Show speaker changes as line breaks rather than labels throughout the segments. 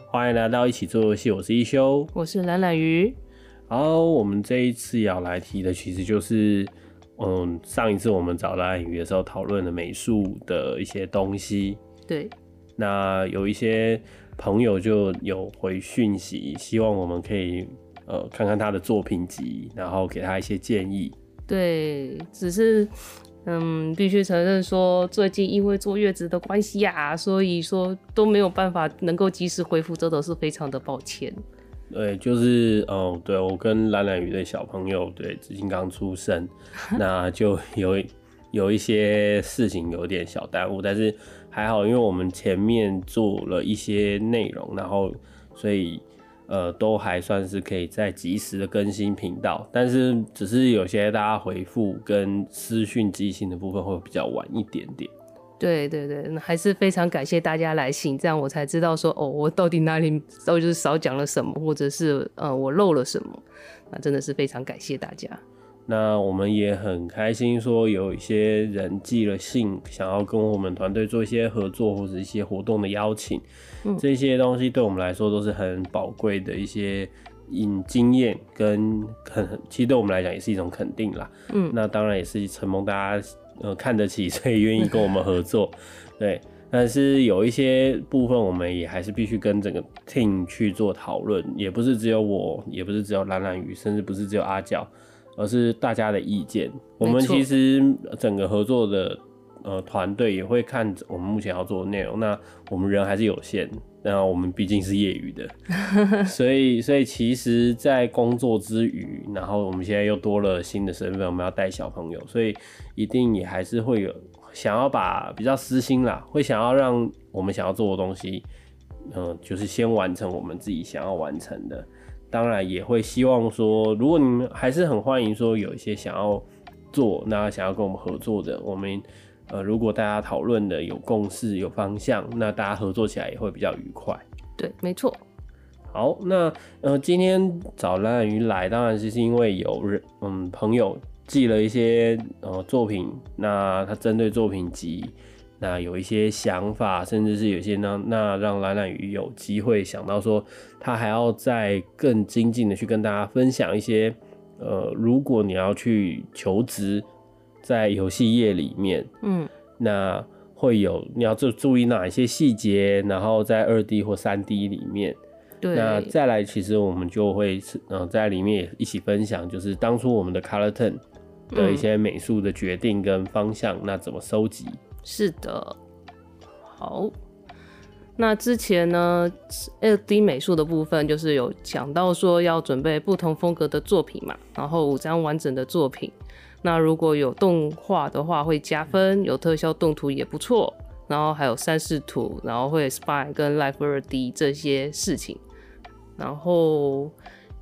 欢迎来到一起做游戏，我是一休，
我是懒懒鱼。
好，我们这一次要来提的其实就是，上一次我们找懒懒鱼的时候讨论的美术的一些东西。
对，
那有一些朋友就有回讯息，希望我们可以看看他的作品集，然后给他一些建议。
对，只是必须承认说，最近因为坐月子的关系啊，所以说都没有办法能够及时回复，真的是非常的抱歉。
对，就是对我跟懒懒鱼的小朋友，对，最近刚出生，那就有一些事情有点小耽误，但是还好，因为我们前面做了一些内容，然后所以都还算是可以再及时的更新频道，但是只是有些大家回复跟私讯寄信的部分会比较晚一点点。
对对对，还是非常感谢大家来信，这样我才知道说，我到底哪里到底就是少讲了什么，或者是我漏了什么，那真的是非常感谢大家。
那我们也很开心，说有一些人寄了信，想要跟我们团队做一些合作或者一些活动的邀请，这些东西对我们来说都是很宝贵的一些经验跟其实对我们来讲也是一种肯定啦。那当然也是承蒙大家看得起，所以愿意跟我们合作。对，但是有一些部分我们也还是必须跟整个 team 去做讨论，也不是只有我，也不是只有懒懒鱼，甚至不是只有阿角，而是大家的意见。我们其实整个合作的团队也会看我们目前要做的内容，那我们人还是有限，那我们毕竟是业余的，所以其实，在工作之余，然后我们现在又多了新的身份，我们要带小朋友，所以一定也还是会有想要把比较私心啦，会想要让我们想要做的东西，就是先完成我们自己想要完成的。当然也会希望说，如果你们还是很欢迎说有一些想要做，那想要跟我们合作的，我们如果大家讨论的有共识、有方向，那大家合作起来也会比较愉快。
对，没错。
好，那今天找懒懒鱼来，当然是因为有朋友寄了一些作品，那他针对作品集，那有一些想法，甚至是有些那让懒懒鱼有机会想到说，他还要再更精进的去跟大家分享一些如果你要去求职在游戏业里面，那会有你要注意哪一些细节，然后在2D 或3D 里面。
对，
那再来，其实我们就会在里面也一起分享，就是当初我们的 Color Turn 的一些美术的决定跟方向，那怎么收集？
是的。好，那之前呢 2D 美术的部分就是有讲到说要准备不同风格的作品嘛，然后5张完整的作品。那如果有动画的话会加分，有特效动图也不错，然后还有3视图，然后会 Spy 跟 Live 2D 这些事情。然后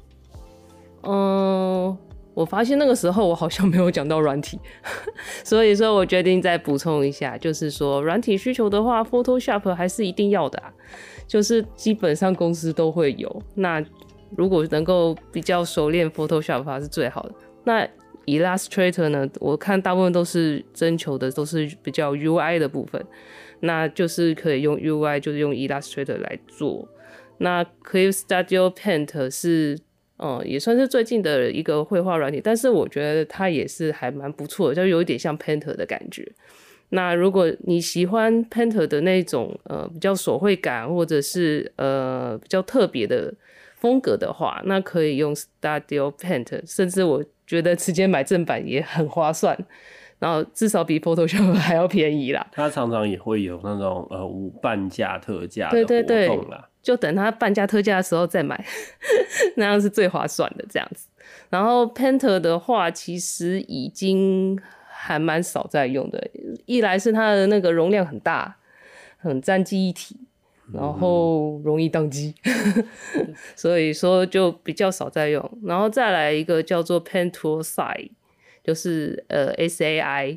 我发现那个时候我好像没有讲到软体所以说我决定再补充一下，就是说软体需求的话 Photoshop 还是一定要的啊，就是基本上公司都会有，那如果能够比较熟练 Photoshop 的话是最好的。那 Illustrator 呢，我看大部分都是征求的都是比较 UI 的部分，那就是可以用 UI 就是用 Illustrator 来做。那 Clip Studio Paint 是也算是最近的一个绘画软体，但是我觉得它也是还蛮不错的，就有一点像 Painter 的感觉。那如果你喜欢 Painter 的那种比较手绘感，或者是比较特别的风格的话，那可以用 Studio Paint， 甚至我觉得直接买正版也很划算，然后至少比 Photoshop 还要便宜啦。
它常常也会有那种半价特价的活动啦。
对对对，就等它半价特价的时候再买那样是最划算的这样子。然后 Painter 的话其实已经还蛮少在用的，一来是它的那个容量很大，很占记忆体，然后容易宕机所以说就比较少在用。然后再来一个叫做 Paint Tool Site， 就是SAI，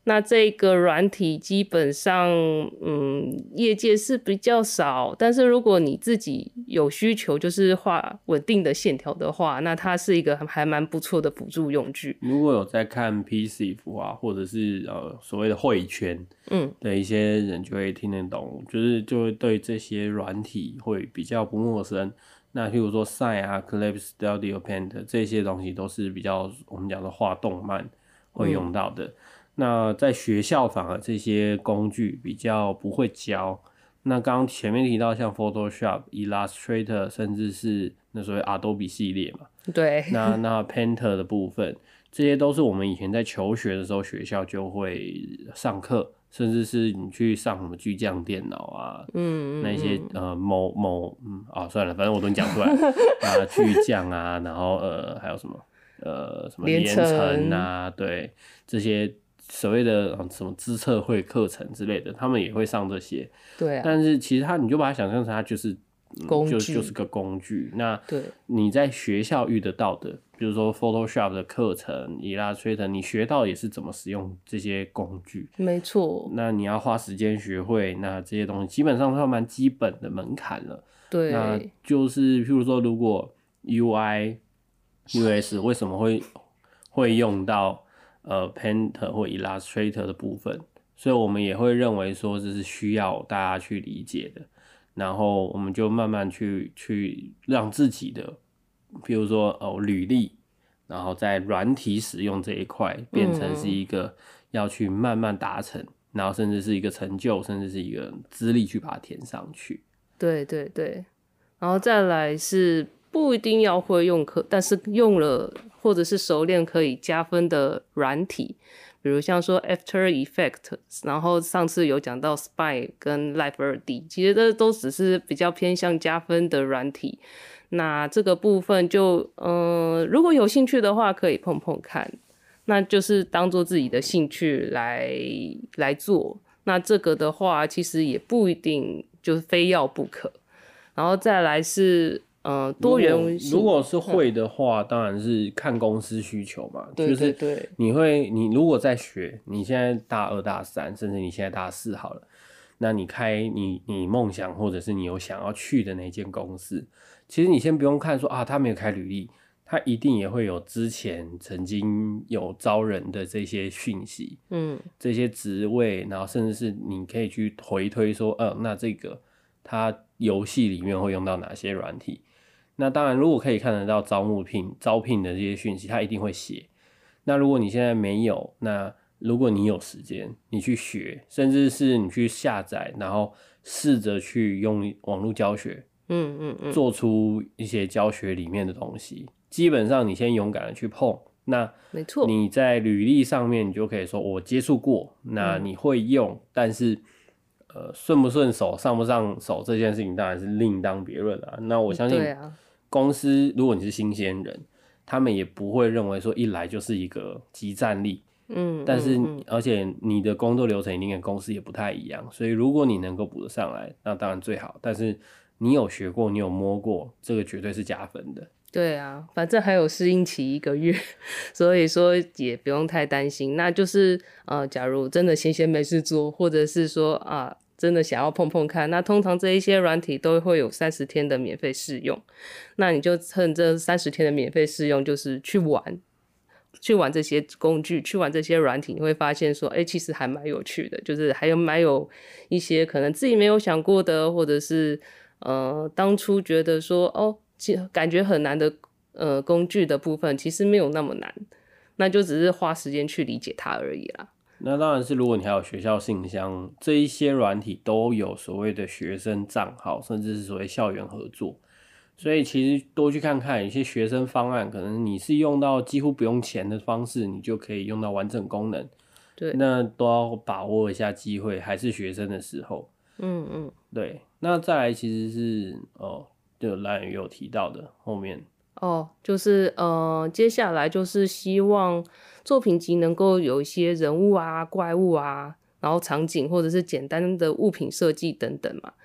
那这个软体基本上，业界是比较少，但是如果你自己有需求，就是画稳定的线条的话，那它是一个还蛮不错的辅助用具。
如果有在看 PC 服啊，或者是所谓的绘圈的一些人就会听得懂，就会对这些软体会比较不陌生。那譬如说 Sign 啊、Clip Studio Paint 这些东西都是比较我们讲的画动漫会用到的。那在学校反而这些工具比较不会教。那刚刚前面提到像 Photoshop、Illustrator， 甚至是那所谓 Adobe 系列嘛，
对，
那 Painter 的部分，这些都是我们以前在求学的时候学校就会上课，甚至是你去上什么巨匠电脑啊，那些算了，反正我都讲出来啊，巨匠啊，然后还有什么什么连城啊，对，这些所谓的什么资策会课程之类的，他们也会上这些。
对啊。
但是其实你就把它想象成它就是
工具，
就是个工具。那
对
你在学校遇得到的，比如说 Photoshop 的课程、Illustrator， 你学到也是怎么使用这些工具。
没错。
那你要花时间学会，那这些东西基本上都蛮基本的门槛了。
对。
那就是譬如说，如果 UI、US 为什么会用到Painter 或 Illustrator 的部分，所以我们也会认为说这是需要大家去理解的，然后我们就慢慢去让自己的，比如说履历，然后在软体使用这一块变成是一个要去慢慢达成，然后甚至是一个成就，甚至是一个资历去把它填上去。
对对对，然后再来是不一定要会用但是用了或者是熟练可以加分的软体，比如像说 After Effects， 然后上次有讲到 Spy 跟 Live 2D， 其实这都只是比较偏向加分的软体。那这个部分就如果有兴趣的话可以碰碰看，那就是当做自己的兴趣来做。那这个的话其实也不一定就是非要不可。然后再来是多元性，
如果是会的话，当然是看公司需求嘛。
对对对，
就是你如果在学，你现在大2、大3，甚至你现在大4好了，那你开你梦想或者是你有想要去的那间公司，其实你先不用看说啊，他没有开履历，他一定也会有之前曾经有招人的这些讯息，这些职位，然后甚至是你可以去回推说，那这个他游戏里面会用到哪些软体。那当然如果可以看得到招聘的这些讯息，他一定会写。那如果你现在没有，那如果你有时间你去学，甚至是你去下载，然后试着去用网络教学做出一些教学里面的东西，基本上你先勇敢的去碰，那
没错，
你在履历上面你就可以说我接触过，那你会用，但是顺不顺手上不上手这件事情当然是另当别论啦。那我相信公司如果你是新鲜人，他们也不会认为说一来就是一个即战力，但是而且你的工作流程一定跟公司也不太一样，所以如果你能够补得上来，那当然最好，但是你有学过你有摸过，这个绝对是加分的。
对啊，反正还有适应期1个月，所以说也不用太担心。那就是假如真的闲闲没事做，或者是说真的想要碰碰看，那通常这一些软体都会有30天的免费试用，那你就趁这30天的免费试用，就是去玩这些工具，去玩这些软体，你会发现说其实还蛮有趣的，就是还蛮有一些可能自己没有想过的，或者是当初觉得说感觉很难的工具的部分其实没有那么难，那就只是花时间去理解它而已啦。
那当然是如果你还有学校信箱，这一些软体都有所谓的学生账号，甚至是所谓校园合作，所以其实多去看看有些学生方案，可能你是用到几乎不用钱的方式，你就可以用到完整功能。
对，
那都要把握一下机会，还是学生的时候。对。那再来其实是就蓝宇有提到的后面
就是接下来就是希望作品集能够有一些人物啊、怪物啊，然后场景或者是简单的物品设计等等嘛。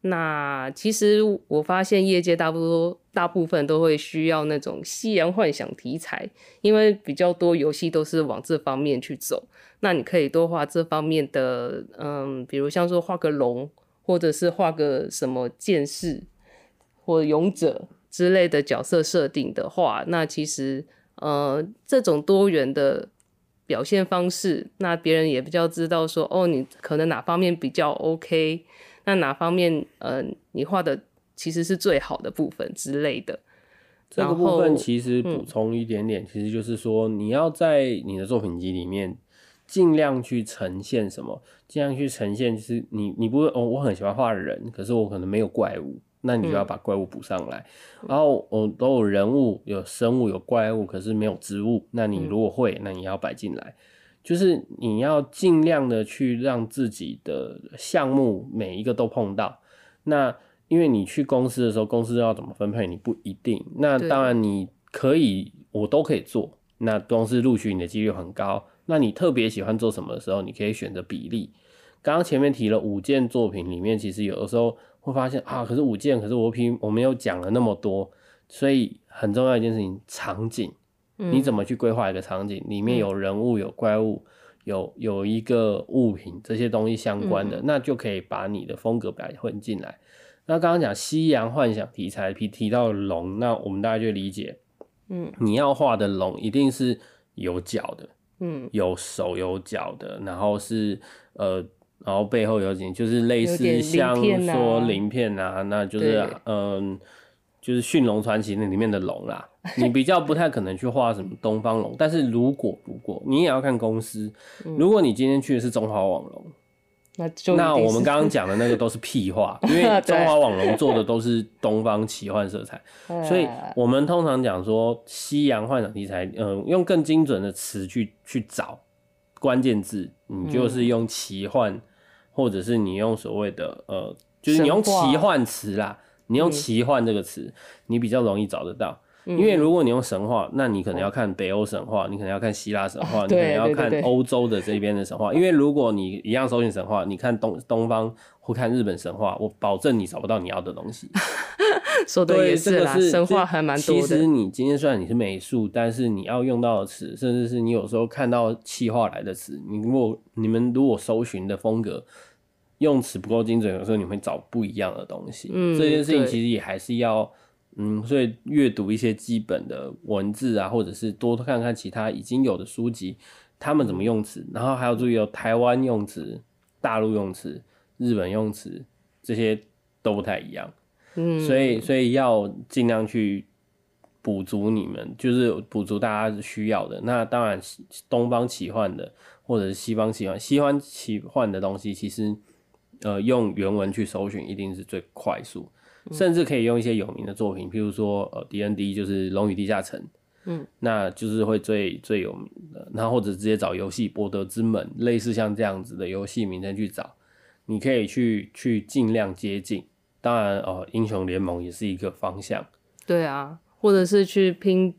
那其实我发现业界大部分都会需要那种西洋幻想题材，因为比较多游戏都是往这方面去走。那你可以多画这方面的，比如像说画个龙，或者是画个什么剑士或勇者之类的角色设定的话，那其实这种多元的表现方式，那别人也比较知道说，哦，你可能哪方面比较 OK。那哪方面你画的其实是最好的部分之类的。
这个部分其实补充一点点，其实就是说你要在你的作品集里面尽量去呈现什么，尽量去呈现就是你不会我很喜欢画人，可是我可能没有怪物，那你就要把怪物补上来。然后都有人物、有生物、有怪物，可是没有植物，那你如果会，那你要摆进来。就是你要尽量的去让自己的项目每一个都碰到。那因为你去公司的时候，公司要怎么分配你不一定。那当然你可以，我都可以做。那公司录取你的几率很高。那你特别喜欢做什么的时候，你可以选择比例。刚刚前面提了5件作品里面，其实有的时候会发现啊，可是5件，可是我没有讲了那么多，所以很重要一件事情，场景。你怎么去规划一个场景？里面有人物、有怪物、有一个物品，这些东西相关的，那就可以把你的风格表混进来。那刚刚讲西洋幻想题材，提到龙，那我们大家就理解，你要画的龙一定是有脚的，有手有脚的，然后是然后背后有点就是类似像说鳞片啊，那就是就是《驯龙传奇》那里面的龙啦，你比较不太可能去画什么东方龙，但是如果你也要看公司，如果你今天去的是中华网龙，那我们刚刚讲的那个都是屁话，因为中华网龙做的都是东方奇幻色彩，所以我们通常讲说西洋幻想题材，用更精准的词去找关键字，你就是用奇幻，或者是你用所谓的就是你用奇幻词啦。你用奇幻这个词，你比较容易找得到。因为如果你用神话，那你可能要看北欧神话，你可能要看希腊神话，你可能要看欧洲的这边的神话。因为如果你一样搜寻神话，你看东方或看日本神话，我保证你找不到你要的东西。
说的也是啦，神话还蛮多的。
其实你今天虽然你是美术，但是你要用到的词，甚至是你有时候看到企划来的词，你们如果搜寻的风格用词不够精准，有时候你会找不一样的东西。这件事情其实也还是要，所以阅读一些基本的文字啊，或者是多看看其他已经有的书籍，他们怎么用词，然后还要注意台湾用词、大陆用词、日本用词，这些都不太一样。所以要尽量去补足你们，就是补足大家需要的。那当然，东方奇幻的或者是西方奇幻的东西，其实。用原文去搜寻一定是最快速，甚至可以用一些有名的作品，譬如说D&D 就是《龙与地下城》，那就是会最有名的。然后或者直接找游戏《博德之门》，类似像这样子的游戏名称去找，你可以去尽量接近。当然英雄联盟也是一个方向。
对啊，或者是去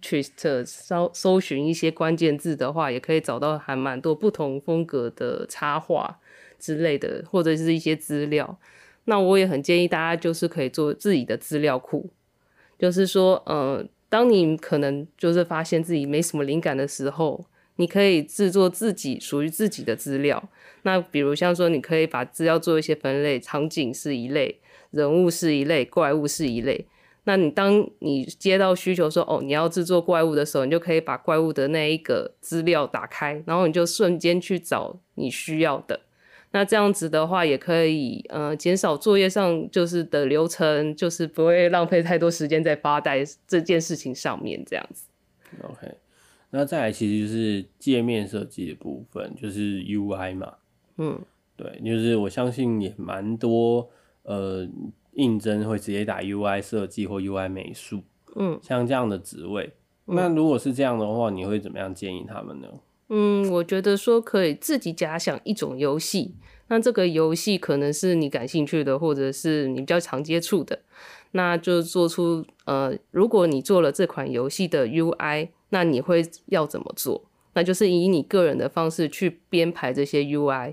Pinterest 搜寻一些关键字的话，也可以找到还蛮多不同风格的插画之类的，或者是一些资料。那我也很建议大家就是可以做自己的资料库，就是说当你可能就是发现自己没什么灵感的时候，你可以制作属于自己的资料。那比如像说你可以把资料做一些分类，场景是一类，人物是一类，怪物是一类。那当你接到需求说你要制作怪物的时候，你就可以把怪物的那一个资料打开，然后你就瞬间去找你需要的。那这样子的话也可以减少作业上就是的流程，就是不会浪费太多时间在发呆这件事情上面这样子。
OK， 那再来其实就是界面设计的部分，就是 UI 嘛。对，就是我相信也蛮多应征会直接打 UI 设计或 UI 美术，像这样的职位。那如果是这样的话，你会怎么样建议他们呢？
我觉得说可以自己假想一种游戏，那这个游戏可能是你感兴趣的，或者是你比较常接触的，那就做出如果你做了这款游戏的 UI， 那你会要怎么做？那就是以你个人的方式去编排这些 UI。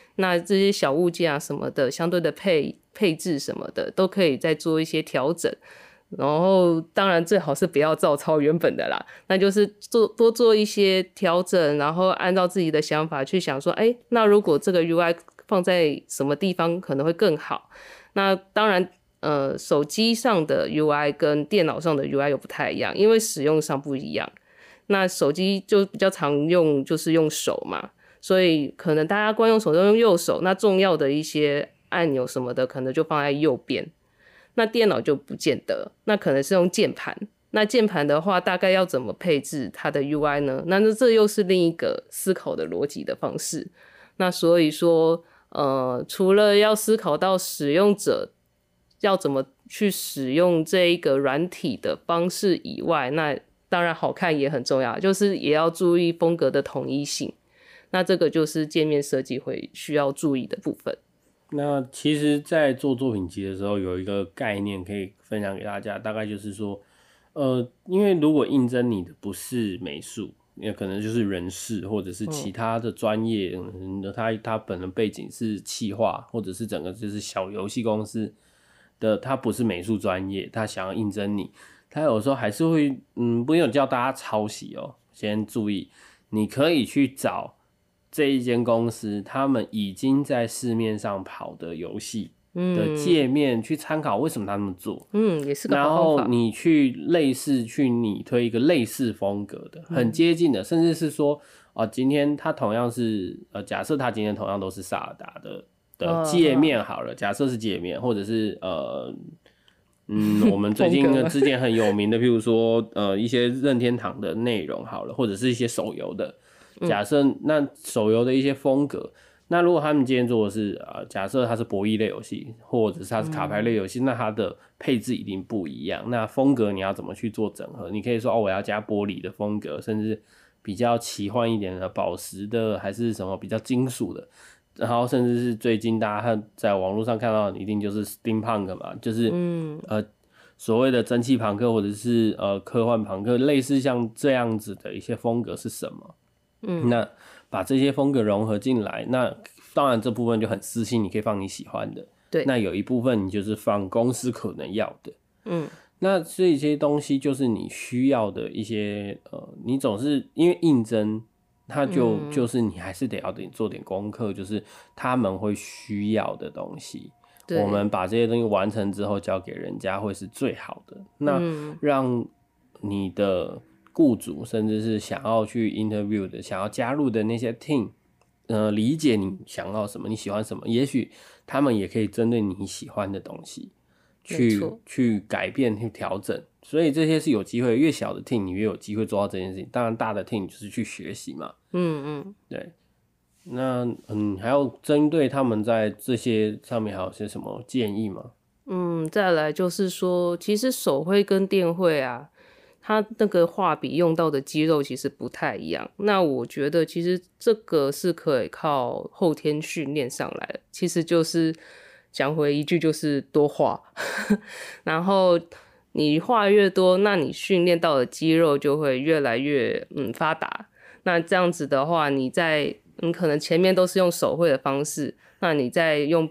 那这些小物件啊什么的，相对的配置什么的，都可以再做一些调整。然后当然最好是不要照抄原本的啦，那就是多做一些调整，然后按照自己的想法去想说，那如果这个 UI 放在什么地方可能会更好。那当然手机上的 UI 跟电脑上的 UI 又不太一样，因为使用上不一样。那手机就比较常用就是用手嘛，所以可能大家惯用手都用右手，那重要的一些按钮什么的可能就放在右边。那电脑就不见得，那可能是用键盘。那键盘的话，大概要怎么配置它的 UI 呢？那这又是另一个思考的逻辑的方式。那所以说，除了要思考到使用者要怎么去使用这一个软体的方式以外，那当然好看也很重要，就是也要注意风格的统一性。那这个就是界面设计会需要注意的部分。
那其实在做作品集的时候有一个概念可以分享给大家，大概就是说因为如果应征你的不是美术，也可能就是人事或者是其他的专业，他本人背景是企划或者是整个就是小游戏公司的，他不是美术专业，他想要应征你，他有时候还是会不用叫大家抄袭哦，先注意，你可以去找这一间公司他们已经在市面上跑的游戏的界面去参考为什么他们做，
也是个好方法。
然后你去拟推一个类似风格的很接近的，甚至是说今天他同样是假设他今天同样都是萨尔达的界面好了，假设是界面，或者是我们最近之前很有名的譬如说一些任天堂的内容好了，或者是一些手游的，假设那手游的一些风格，那如果他们今天做的是假设它是博弈类游戏，或者是它是卡牌类游戏，那它的配置一定不一样，那风格你要怎么去做整合？你可以说我要加玻璃的风格，甚至比较奇幻一点的宝石的，还是什么比较金属的，然后甚至是最近大家在网络上看到的一定就是 Steampunk 嘛，就是所谓的蒸汽朋克或者是科幻朋克，类似像这样子的一些风格是什么？那把这些风格融合进来，那当然这部分就很私心，你可以放你喜欢的。
对，
那有一部分你就是放公司可能要的。那这些东西就是你需要的一些你总是因为应征，它就是你还是得要做点功课，就是他们会需要的东西。我们把这些东西完成之后交给人家会是最好的。那让你的雇主甚至是想要去 interview 的想要加入的那些 team 理解你想要什么，你喜欢什么，也许他们也可以针对你喜欢的东西去改变去调整，所以这些是有机会，越小的 team 你越有机会做到这件事情，当然大的 team 就是去学习嘛。对。那还要针对他们在这些上面还有些什么建议吗？
再来就是说，其实手绘跟电绘啊，它那个画笔用到的肌肉其实不太一样。那我觉得其实这个是可以靠后天训练上来的，其实就是讲回一句就是多画，然后你画越多，那你训练到的肌肉就会越来越发达。那这样子的话，你可能前面都是用手绘的方式，那你再用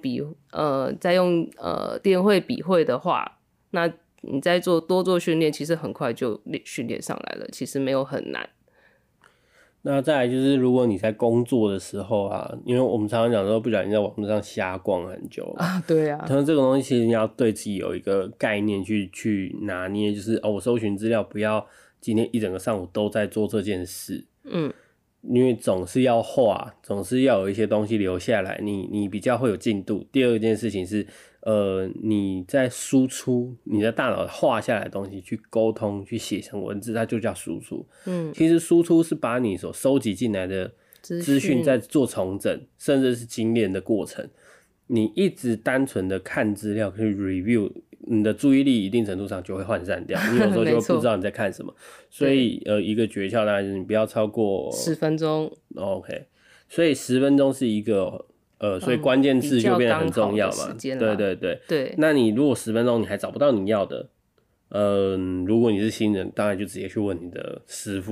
电绘笔绘的话，那你再多做训练，其实很快就训练上来了，其实没有很难。
那再来就是如果你在工作的时候啊，因为我们常常讲说不小心在网络上瞎逛很久
对啊，
但是这个东西其实你要对自己有一个概念去拿捏，就是我搜寻资料不要今天一整个上午都在做这件事，因为总是要画，总是要有一些东西留下来，你比较会有进度。第二件事情是你在输出你的大脑画下来的东西去沟通去写成文字，它就叫输出。其实输出是把你所收集进来的资讯在做重整，甚至是精炼的过程。你一直单纯的看资料去 review， 你的注意力一定程度上就会涣散掉，你有时候就会不知道你在看什么。所以一个诀窍当然就是你不要超过
10分钟。
OK， 所以10分钟是一个所以关键字就变得很重要嘛。对。那你如果10分钟你还找不到你要的，如果你是新人，当然就直接去问你的师傅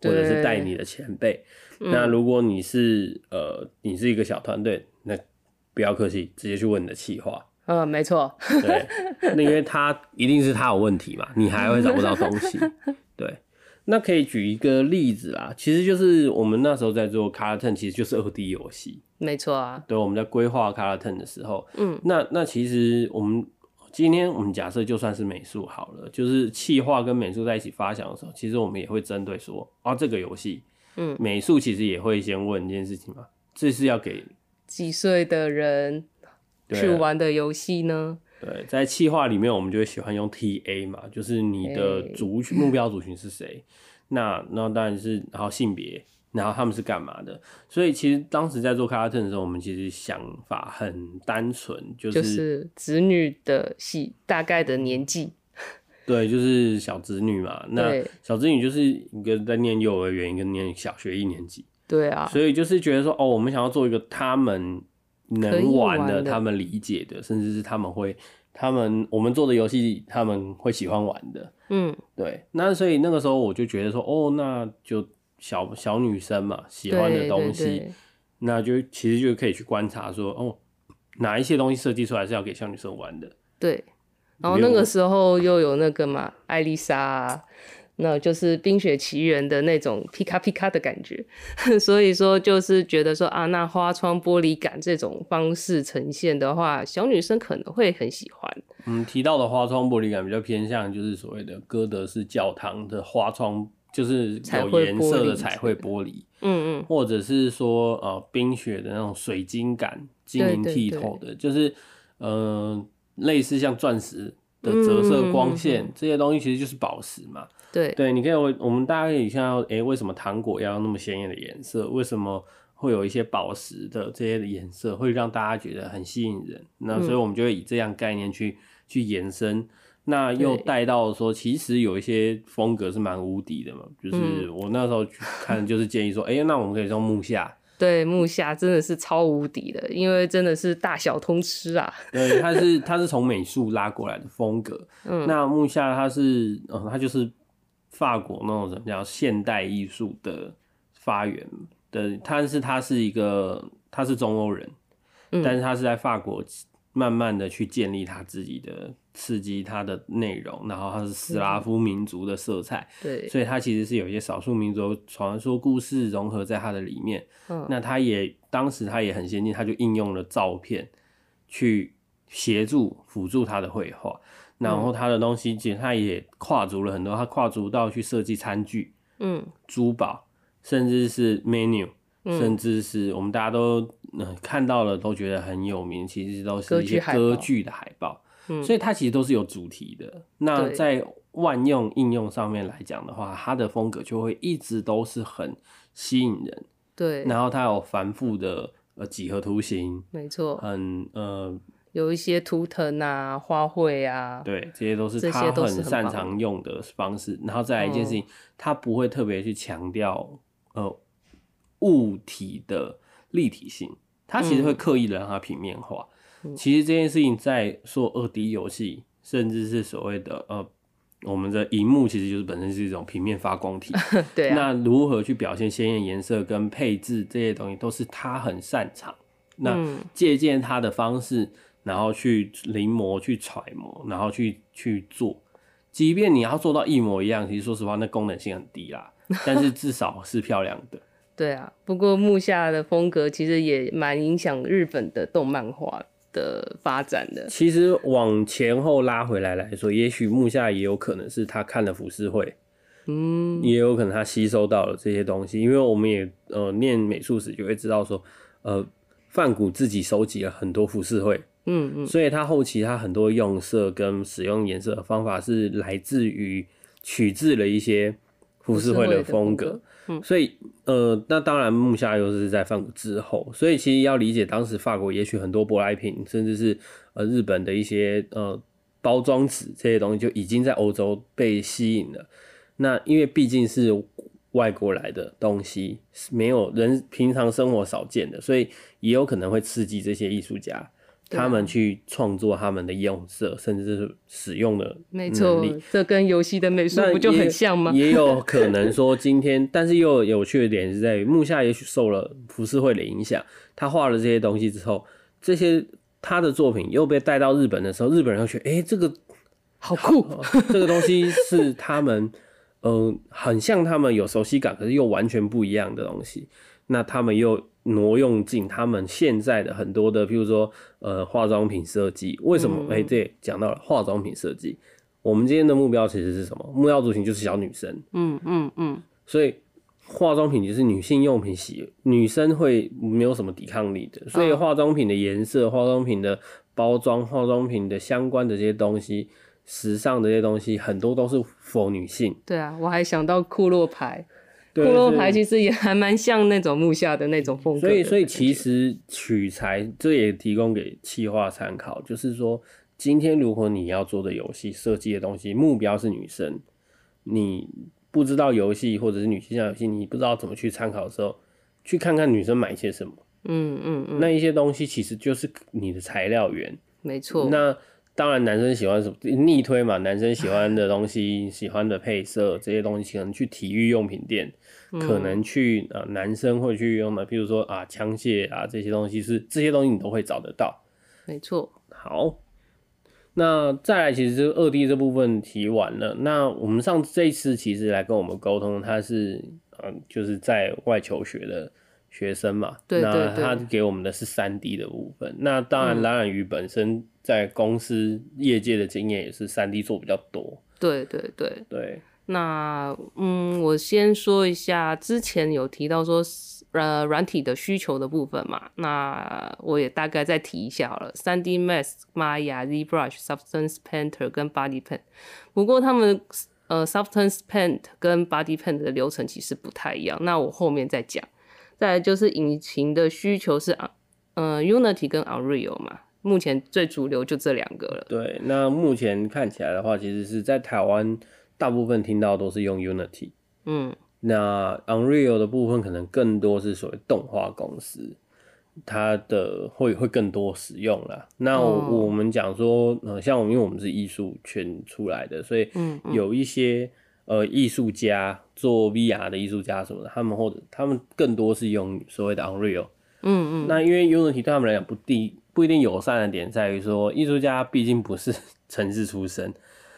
或者是带你的前辈。那如果你是一个小团队，那不要客气，直接去问你的企划。
没错。
对，那因为他一定是他有问题嘛，你还会找不到东西。对，那可以举一个例子啦，其实就是我们那时候在做 Color10， 其实就是2D 游戏。
没错啊。
对，我们在规划 Color10 的时候，那其实今天我们假设就算是美术好了，就是企划跟美术在一起发想的时候，其实我们也会针对说，这个游戏，美术其实也会先问一件事情嘛，这是要给
几岁的人去玩的游戏呢？
对，在企划里面，我们就会喜欢用 TA 嘛，就是你的目标族群是谁，那当然是然后性别，然后他们是干嘛的，所以其实当时在做 Color10 的时候，我们其实想法很单纯，就是
子女的大概的年纪。
对，就是小子女嘛。那小子女就是一个在念幼儿园，一个念小学1年级。
对啊，
所以就是觉得说，我们想要做一个他们能玩的，他们理解的，甚至是我们做的游戏他们会喜欢玩的。对。那所以那个时候我就觉得说，那就小女生嘛，喜欢的东西，对，那就其实就可以去观察说，哪一些东西设计出来是要给小女生玩的。
对。然后那个时候又有那个嘛，艾丽莎啊，那就是《冰雪奇缘》的那种皮卡皮卡的感觉，所以说就是觉得说那花窗玻璃感这种方式呈现的话，小女生可能会很喜欢。
提到的花窗玻璃感比较偏向就是所谓的哥德式教堂的花窗，就是有颜色的彩绘玻璃，或者是说冰雪的那种水晶感，晶莹剔透的，就是类似像钻石的折射光线，这些东西其实就是宝石嘛。对，你可以我们大家可以看到，为什么糖果要那么鲜艳的颜色？为什么会有一些宝石的这些颜色会让大家觉得很吸引人？那所以我们就会以这样概念去延伸。那又带到说，其实有一些风格是蛮无敌的嘛，就是我那时候去看，就是建议说，那我们可以用木下。
对，木下真的是超无敌的，因为真的是大小通吃啊。
对，它是从美术拉过来的风格。那木下它就是法国那种什么叫现代艺术的发源的，他是中欧人，但是他是在法国慢慢的去建立他自己的刺激他的内容，然后他是斯拉夫民族的色彩，
对，
所以他其实是有一些少数民族传说故事融合在他的里面。那当时他也很先进，他就应用了照片去辅助他的绘画，然后他的东西其实他也跨足了很多，他跨足到去设计餐具、珠宝，甚至是 menu，甚至是我们大家都看到了都觉得很有名，其实都是一些歌剧的海报，所以它其实都是有主题的。那在万用应用上面来讲的话，它的风格就会一直都是很吸引人。
对，
然后它有繁复的几何图形，
没错，
很
有一些图腾啊、花卉啊，
对，这些都是他很擅长用的方式。然后再来一件事情，他不会特别去强调物体的立体性，他其实会刻意的让它平面化。其实这件事情在做2D 游戏，甚至是所谓的我们的萤幕其实就是本身是一种平面发光体。
对啊。
那如何去表现鲜艳颜色跟配置这些东西，都是他很擅长。那借鉴他的方式，然后去临摹、去揣摩，然后去做。即便你要做到一模一样，其实说实话，那功能性很低啦，但是至少是漂亮的。
对啊，不过木下的风格其实也蛮影响日本的动漫画的发展的。
其实往前后拉回来说，也许木下也有可能是他看了浮世绘，也有可能他吸收到了这些东西。因为我们也念美术史就会知道说，梵谷自己收集了很多浮世绘，所以他后期他很多用色跟使用颜色的方法是来自于取自了一些浮世绘的风格。所以那当然木下又是在梵谷之后，所以其实要理解当时法国也许很多舶来品，甚至是日本的一些包装纸这些东西就已经在欧洲被吸引了。那因为毕竟是外国来的东西，没有人平常生活少见的，所以也有可能会刺激这些艺术家他们去创作他们的用色，甚至是使用的
没错，这跟游戏的美术不就很像吗？
也有可能说今天，但是又有趣的点是在于木下也许受了浮世绘的影响，他画了这些东西之后，这些他的作品又被带到日本的时候，日本人又觉得这个
好酷，
这个东西是他们很像他们有熟悉感，可是又完全不一样的东西，那他们又挪用进他们现在的很多的，譬如说化妆品设计，为什么？对，讲到了化妆品设计，我们今天的目标其实是什么？目标族群就是小女生，所以化妆品就是女性用品，女生会没有什么抵抗力的，所以化妆品的颜色、化妆品的包装、化妆品的相关的这些东西。时尚的这些东西很多都是 for 女性。
对啊，我还想到库洛牌，库洛牌其实也还蛮像那种木下的那种风格的。
所以其实取材这也提供给企划参考，就是说今天如果你要做的游戏设计的东西目标是女生，你不知道游戏或者是女性向游戏，你不知道怎么去参考的时候，去看看女生买些什么。那一些东西其实就是你的材料源。
没错。
那当然，男生喜欢什么逆推嘛？男生喜欢的东西、喜欢的配色这些东西，可能去体育用品店，可能去男生会去用的，譬如说枪械这些东西这些东西你都会找得到。
没错。
好，那再来，其实这个2D 这部分提完了。那我们这一次其实来跟我们沟通，他是就是在外求学的学生嘛，
对，
那他给我们的是3D 的部分。那当然，蓝染鱼本身在公司业界的经验也是3D 做比较多。
对。那我先说一下，之前有提到说软体的需求的部分嘛，那我也大概再提一下好了。3D Max、Maya、ZBrush、Substance Painter 跟 Body Paint， 不过他们Substance Paint 跟 Body Paint 的流程其实不太一样，那我后面再讲。再来就是引擎的需求是Unity 跟 Unreal 嘛，目前最主流就这2个了。
对，那目前看起来的话，其实是在台湾大部分听到都是用 Unity。那 Unreal 的部分可能更多是所谓动画公司，它的会更多使用啦。那我们讲说，像因为我们是艺术圈出来的，所以有一些艺术家做 VR 的艺术家什么的，他们更多是用所谓的 Unreal。那因为 Unity 对他们来讲不一定友善的点在于说，艺术家毕竟不是程式出身，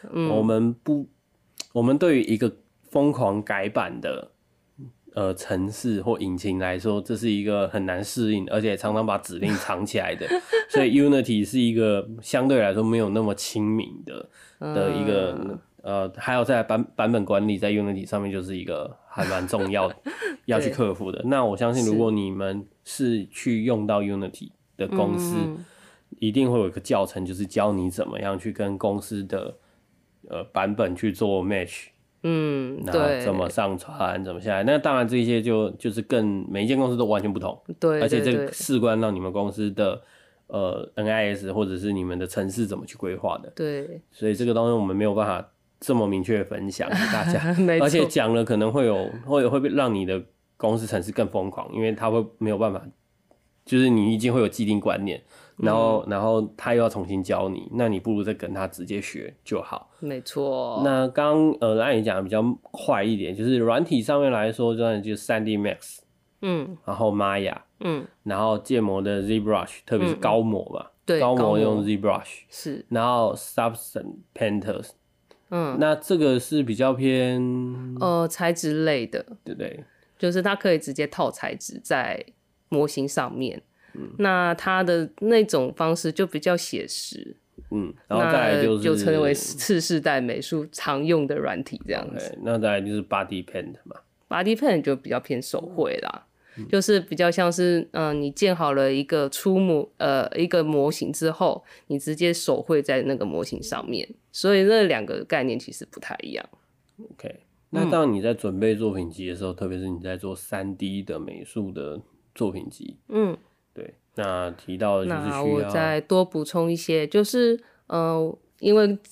我们对于一个疯狂改版的程式或引擎来说，这是一个很难适应，而且常常把指令藏起来的，所以 Unity 是一个相对来说没有那么亲民的一个还有在版本管理在 Unity 上面就是一个还蛮重要的要去克服的。那我相信如果你们是去用到 Unity 的公司，一定会有一个教程，就是教你怎么样去跟公司的版本去做 match。对，怎么上传，怎么下来？那当然这些就是每一间公司都完全不同。
对，
而且这个事关到你们公司的NIS 或者是你们的程式怎么去规划的。对，所以这个东西我们没有办法这么明确的分享给大家。而且讲了可能会让你的公司程式更疯狂，因为它会没有办法，就是你已经会有既定观念。然后他又要重新教你，那你不如再跟他直接学就好。
没错。
那刚按你讲的比较快一点，就是软体上面来说，就是 3D Max， 然后 Maya， 然后建模的 ZBrush， 特别是高模嘛，
对，
高模用 ZBrush，
是，
然后 Substance Painters，那这个是比较偏
材质类的，
对不对？
就是它可以直接套材质在模型上面。那它的那种方式就比较写实，
然后再来
就称为次世代美术常用的软体这样子。
那再来就是 Body Paint 嘛
，Body Paint 就比较偏手绘啦，就是比较像是你建好了一个一个模型之后，你直接手绘在那个模型上面，所以这2个概念其实不太一样。
OK， 那当你在准备作品集的时候，特别是你在做3D 的美术的作品集，对，那提到的就是需要，
那我再多补充一些，就是因为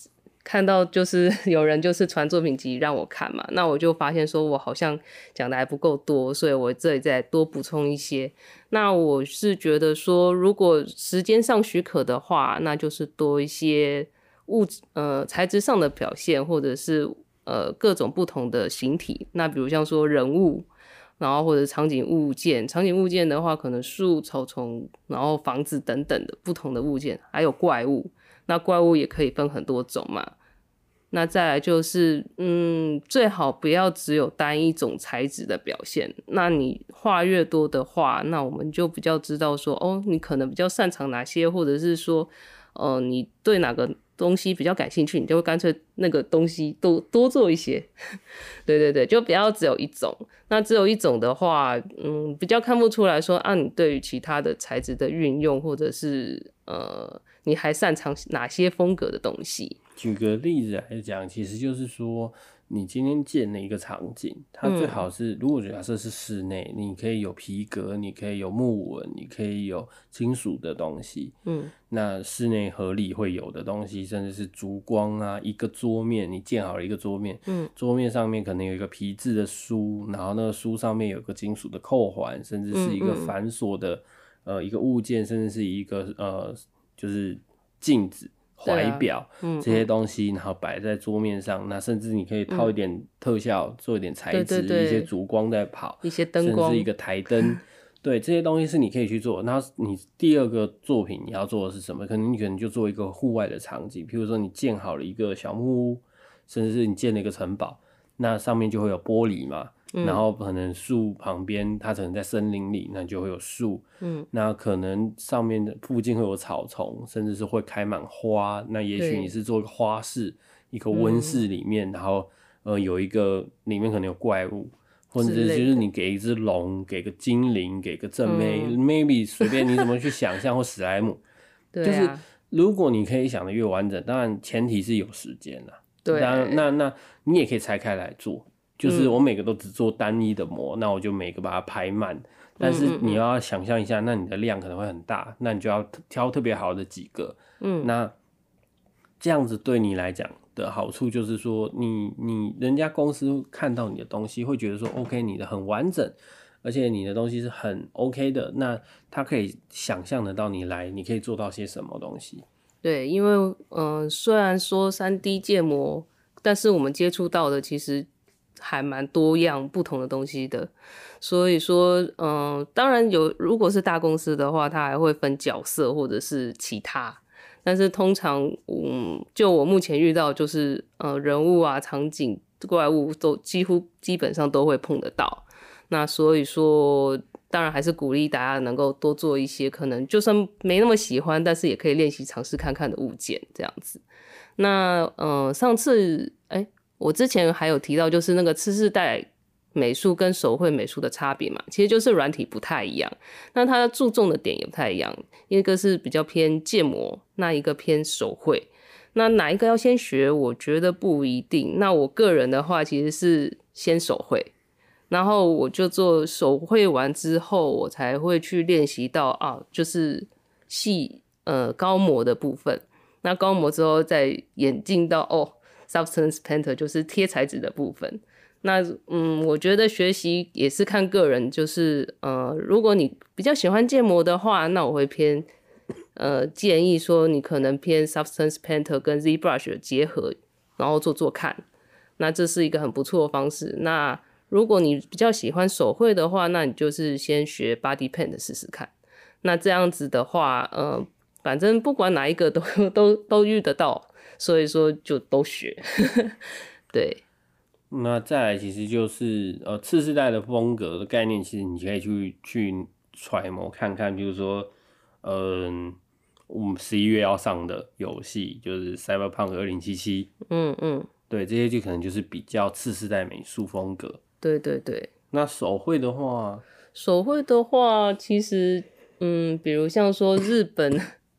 看到就是有人就是传作品集让我看嘛，那我就发现说我好像讲的还不够多，所以我这里再多补充一些。那我是觉得说，如果时间上许可的话，那就是多一些材质上的表现，或者是各种不同的形体。那比如像说人物，然后或者场景物件，场景物件的话，可能树、草丛，然后房子等等的不同的物件，还有怪物。那怪物也可以分很多种嘛。那再来就是，最好不要只有单一种材质的表现。那你画越多的话，那我们就比较知道说，哦，你可能比较擅长哪些，或者是说，你对哪个东西比较感兴趣，你就会干脆那个东西多做一些。对对对，就不要只有一种。那只有一种的话，比较看不出来说啊，你对于其他的材质的运用，或者是你还擅长哪些风格的东西。
举个例子来讲，其实就是说，你今天建了一个场景，它最好是，如果假设是室内，你可以有皮革，你可以有木纹，你可以有金属的东西。那室内合理会有的东西，甚至是烛光啊，一个桌面，你建好了一个桌面，桌面上面可能有一个皮质的书，然后那个书上面有个金属的扣环，甚至是一个繁琐的一个物件，甚至是一个就是镜子。怀表这些东西，然后摆在桌面上，那甚至你可以套一点特效，做一点材质，一些烛光在跑，
一些灯光，
甚至一个台灯，对，这些东西是你可以去做。然后你第二个作品你要做的是什么？可能就做一个户外的场景，譬如说你建好了一个小木屋，甚至是你建了一个城堡，那上面就会有玻璃嘛。然后可能树旁边，它可能在森林里，那就会有树。那可能上面的附近会有草丛，甚至是会开满花。那也许你是做一个花室，一个温室里面，然后有一个里面可能有怪物，或者就是你给一只龙，给个精灵，给个正妹，maybe 随便你怎么去想象或史莱姆。
对啊，
就是如果你可以想的越完整，当然前提是有时间啦。
对，
那你也可以拆开来做。就是我每个都只做单一的模，那我就每个把它排满。但是你要想象一下，那你的量可能会很大，那你就要挑特别好的几个。那这样子对你来讲的好处就是说，人家公司看到你的东西会觉得说 ，OK， 你的很完整，而且你的东西是很 OK 的，那他可以想象得到你可以做到些什么东西。
对，因为虽然说3D 建模，但是我们接触到的其实还蛮多样不同的东西的，所以说当然如果是大公司的话，它还会分角色或者是其他，但是通常就我目前遇到就是人物啊、场景、怪物都基本上都会碰得到。那所以说当然还是鼓励大家能够多做一些可能就算没那么喜欢，但是也可以练习尝试看看的物件这样子。那上次我之前还有提到，就是那个次世代美术跟手绘美术的差别嘛，其实就是软体不太一样，那它注重的点也不太一样，一个是比较偏建模，那一个偏手绘。那哪一个要先学，我觉得不一定。那我个人的话，其实是先手绘，然后我就做手绘完之后，我才会去练习到就是高模的部分。那高模之后再演进到Substance Painter 就是贴材质的部分。那我觉得学习也是看个人，就是如果你比较喜欢建模的话，那我会偏建议说你可能偏 Substance Painter 跟 ZBrush 的结合，然后做做看。那这是一个很不错的方式。那如果你比较喜欢手绘的话，那你就是先学 Body Paint 试试看。那这样子的话反正不管哪一个都遇得到，所以说就都学。对，
那再来其实就是次世代的风格的概念，其实你可以去揣摩看看，比如说我们11月要上的游戏就是 Cyberpunk 2077，对，这些就可能就是比较次世代美术风格。
对对对。
那手绘的话，
其实比如像说日本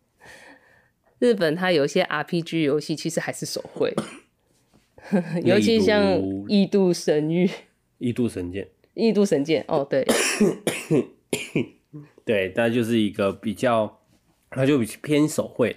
它有些 RPG 游戏其实还是手绘。尤其像异度神域、
异度神剑
对。
对，它就是一个比较，它就偏手绘啦。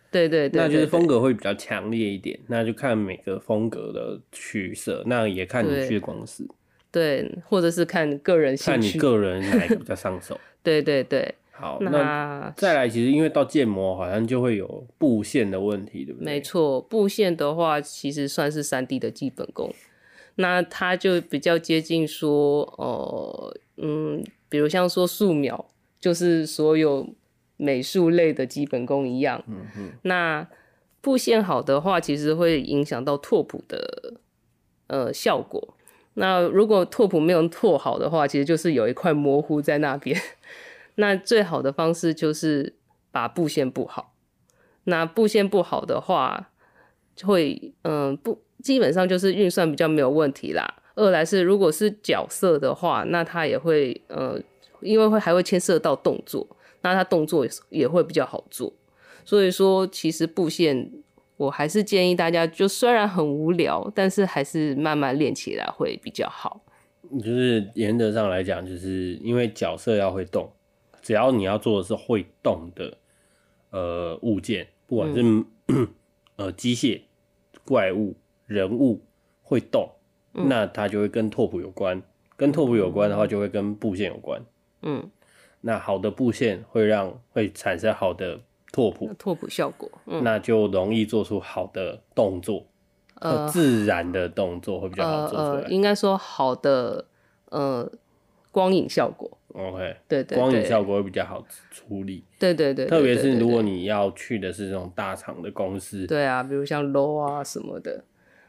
对对对，
那就是风格会比较强烈一点，那就看每个风格的取舍，那也看你去的公司，
对，或者是看个人兴趣，
看你个人哪一个比较上手。
对对对。
好，那再来，其实因为到建模好像就会有布线的问题，对不对？
没错，布线的话其实算是3D 的基本功，那它就比较接近说，比如像说素描，就是所有美术类的基本功一样。那布线好的话，其实会影响到拓扑的效果。那如果拓扑没有拓好的话，其实就是有一块模糊在那边。那最好的方式就是把布线布好。那布线布好的话，会基本上就是运算比较没有问题啦。二来是如果是角色的话，那它也会因为还会牵涉到动作，那它动作也会比较好做。所以说，其实布线我还是建议大家，就虽然很无聊，但是还是慢慢练起来会比较好。
就是原则上来讲，就是因为角色要会动，只要你要做的是会动的物件，不管是机械、怪物、人物会动，那它就会跟拓扑有关。跟拓扑有关的话，就会跟布线有关。那好的布线会产生好的拓
扑效果，
那就容易做出好的动作，自然的动作会比较好做出来。
应该说好的光影效果。
OK，
对，
光影效果会比较好处理。
对，
特别是如果你要去的是这种大厂的公司，
对啊，比如像 LOW 啊什么的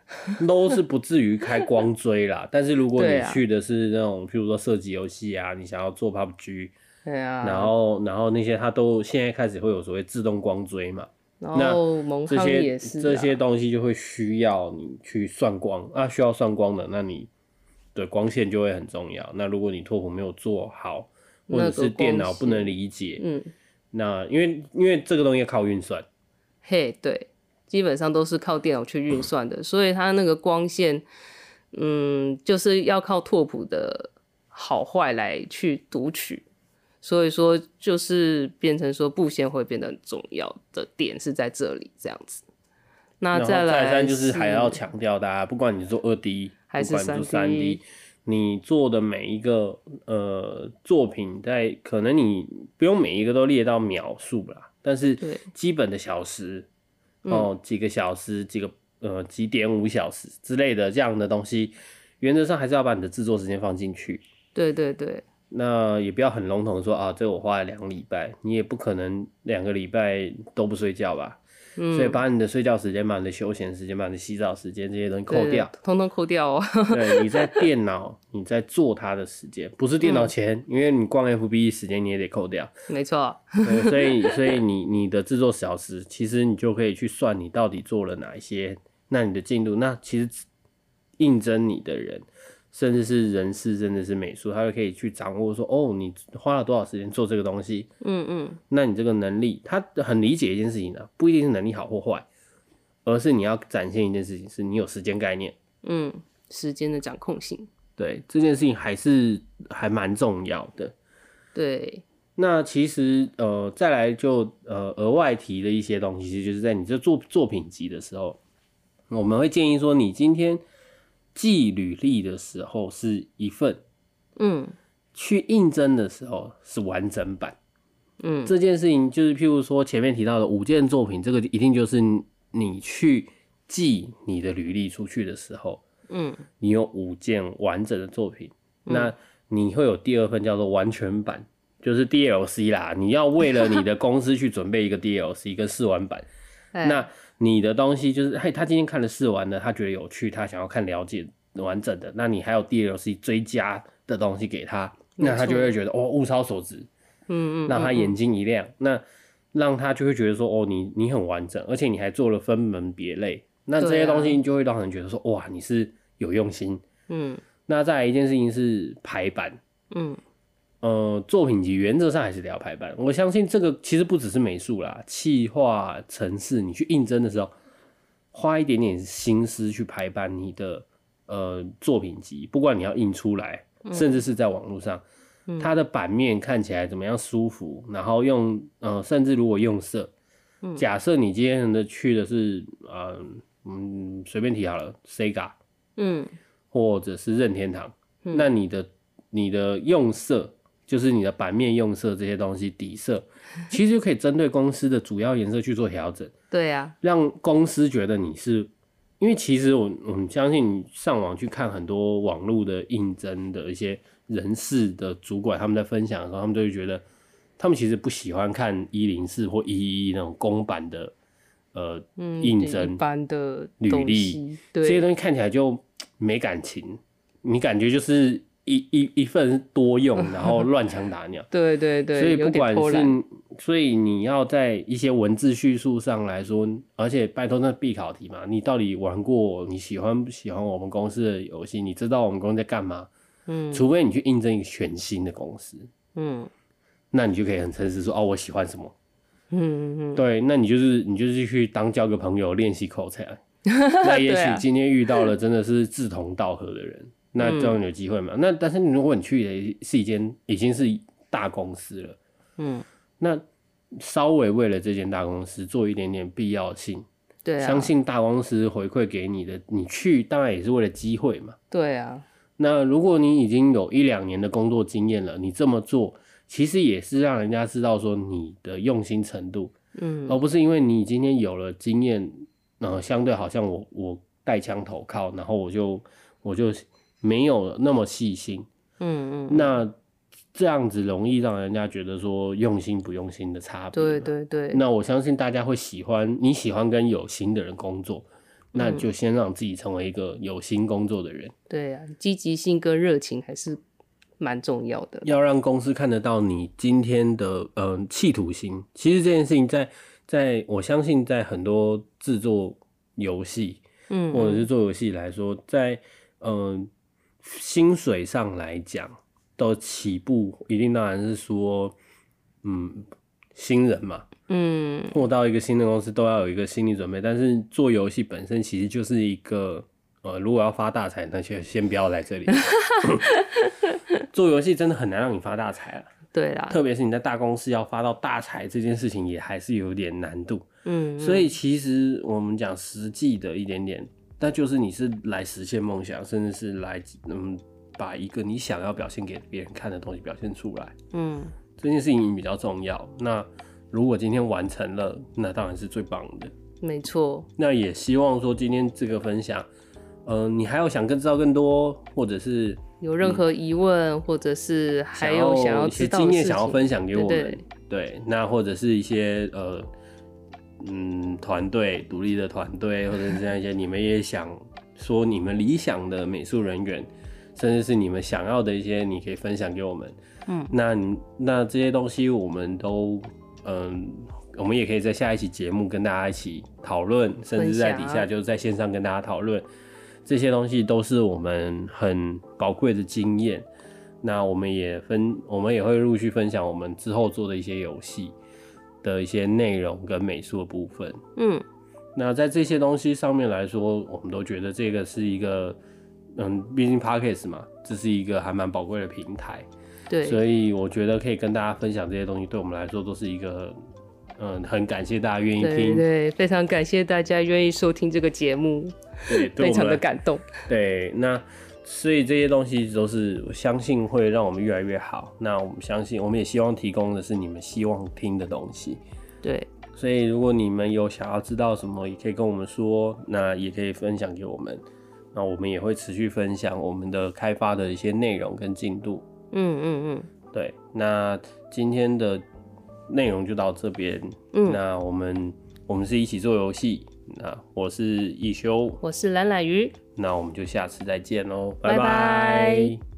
，LOW 是不至于开光追啦。但是如果你去的是那种，譬如说射击游戏啊，你想要做 PUBG，
对啊，
然后那些它都现在开始会有所谓自动光追嘛。
然后蒙康也是
这些东西就会需要你去算光啊，需要算光的，那你对光线就会很重要。那如果你拓扑没有做好，或者是电脑不能理解，那因为这个东西要靠运算，
对，基本上都是靠电脑去运算的，所以它那个光线，就是要靠拓扑的好坏来去读取。所以说，就是变成说布线会变得很重要的点是在这里这样子。那再来
就是还要强调大家，不管你做2D
还是
3D， 你做的每一个作品，可能你不用每一个都列到秒数啦，但是基本的小时几个小时、几点5小时之类的这样的东西，原则上还是要把你的制作时间放进去。
对。
那也不要很笼统说啊，这我花了2个礼拜，你也不可能2个礼拜都不睡觉吧？所以把你的睡觉时间、把你的休闲时间、把你的洗澡时间这些东西扣掉，
通通扣掉哦。
对，你在电脑你在做它的时间，不是电脑前，因为你逛 FB 时间你也得扣掉。
没错。
对，所以你的制作小时，其实你就可以去算你到底做了哪一些，那你的进度，那其实应征你的人。甚至是人事，甚至是美术，他就可以去掌握说，你花了多少时间做这个东西，那你这个能力，他很理解一件事情的，不一定是能力好或坏，而是你要展现一件事情，是你有时间概念，
时间的掌控性，
对，这件事情还蛮重要的，
对。
那其实再来就额外提的一些东西，其实就是在你这做作品集的时候，我们会建议说，你今天寄履历的时候是1份，去应征的时候是完整版，这件事情就是譬如说前面提到的5件作品，这个一定就是你去寄你的履历出去的时候，你有5件完整的作品，那你会有第2份叫做完全版，就是 DLC 啦，你要为了你的公司去准备一个 DLC 跟试玩版，那你的东西就是他今天看了试完了，他觉得有趣，他想要看了解完整的，那你还有 DLC 追加的东西给他，那他就会觉得物超所值，让他眼睛一亮，那让他就会觉得说你很完整，而且你还做了分门别类，那这些东西就会让人觉得说哇你是有用心，那再来一件事情是排版，作品集原则上还是得要排版。我相信这个其实不只是美术啦，企划、程式，你去应征的时候，花一点点心思去排版你的作品集，不管你要印出来，甚至是在网络上，它的版面看起来怎么样舒服，然后甚至如果用色， 假设你今天的去的是随便提好了 Sega， 或者是任天堂，那你的用色，就是你的版面用色这些东西底色，其实就可以针对公司的主要颜色去做调整。
对啊，
让公司觉得你是，因为其实我们相信你上网去看很多网络的应征的一些人事的主管，他们在分享的时候，他们就会觉得，他们其实不喜欢看104或111那种公版的应征
一般的
履历，这些东西看起来就没感情，你感觉就是一份多用，然后乱枪打鸟。
对对对，
所以不管是，所以你要在一些文字叙述上来说，而且拜托那必考题嘛，你到底玩过，你喜欢不喜欢我们公司的游戏，你知道我们公司在干嘛？除非你去应征一个全新的公司，那你就可以很诚实说，哦，我喜欢什么。对，那你就是去当交个朋友，练习口才。那也许今天遇到了真的是志同道合的人，那这样有机会嘛？那但是如果你去的是已经是大公司了，那稍微为了这间大公司做一点点必要性，
对啊，
相信大公司回馈给你的，你去当然也是为了机会嘛。
对啊，
那如果你已经有1-2年的工作经验了，你这么做其实也是让人家知道说你的用心程度，而不是因为你今天有了经验，相对好像我带枪投靠，然后我就没有那么细心，那这样子容易让人家觉得说用心不用心的差别。
对对对。
那我相信大家会你喜欢跟有心的人工作，那就先让自己成为一个有心工作的人。
对啊，积极性跟热情还是蛮重要的，
要让公司看得到你今天的企图心。其实这件事情在我相信在很多制作游戏，或者是做游戏来说，在薪水上来讲的起步，一定当然是说，新人嘛，或到一个新的公司都要有一个心理准备。但是做游戏本身其实就是一个，如果要发大财，那就先不要来这里。做游戏真的很难让你发大财啊。
对啦，
特别是你在大公司要发到大财这件事情，也还是有点难度。所以其实我们讲实际的一点点，那就是你是来实现梦想，甚至是来把一个你想要表现给别人看的东西表现出来。这件事情比较重要。那如果今天完成了，那当然是最棒的。
没错。
那也希望说今天这个分享，你还有想知道更多，或者是
有任何疑问，或者是还有想要知道的事情，
经验想要分享给我们，对，那或者是一些团队独立的团队，或者是这样一些你们也想说你们理想的美术人员，甚至是你们想要的一些，你可以分享给我们。那这些东西我们都我们也可以在下一期节目跟大家一起讨论，甚至在底下就在线上跟大家讨论。这些东西都是我们很宝贵的经验。那我们也会陆续分享我们之后做的一些游戏的一些内容跟美术的部分。那在这些东西上面来说，我们都觉得这个是一个毕竟 Podcast 嘛，这是一个还蛮宝贵的平台。
对，
所以我觉得可以跟大家分享这些东西，对我们来说都是一个很感谢大家愿意听。
对，非常感谢大家愿意收听这个节目。
对，
非常的感动。
对，那所以这些东西都是我相信会让我们越来越好。那我们相信，我们也希望提供的是你们希望听的东西。
对，
所以如果你们有想要知道什么，也可以跟我们说，那也可以分享给我们。那我们也会持续分享我们的开发的一些内容跟进度。对，那今天的内容就到这边。那我们是一起做游戏。那我是一休，
我是懒懒鱼，
那我们就下次再见喽，
拜拜。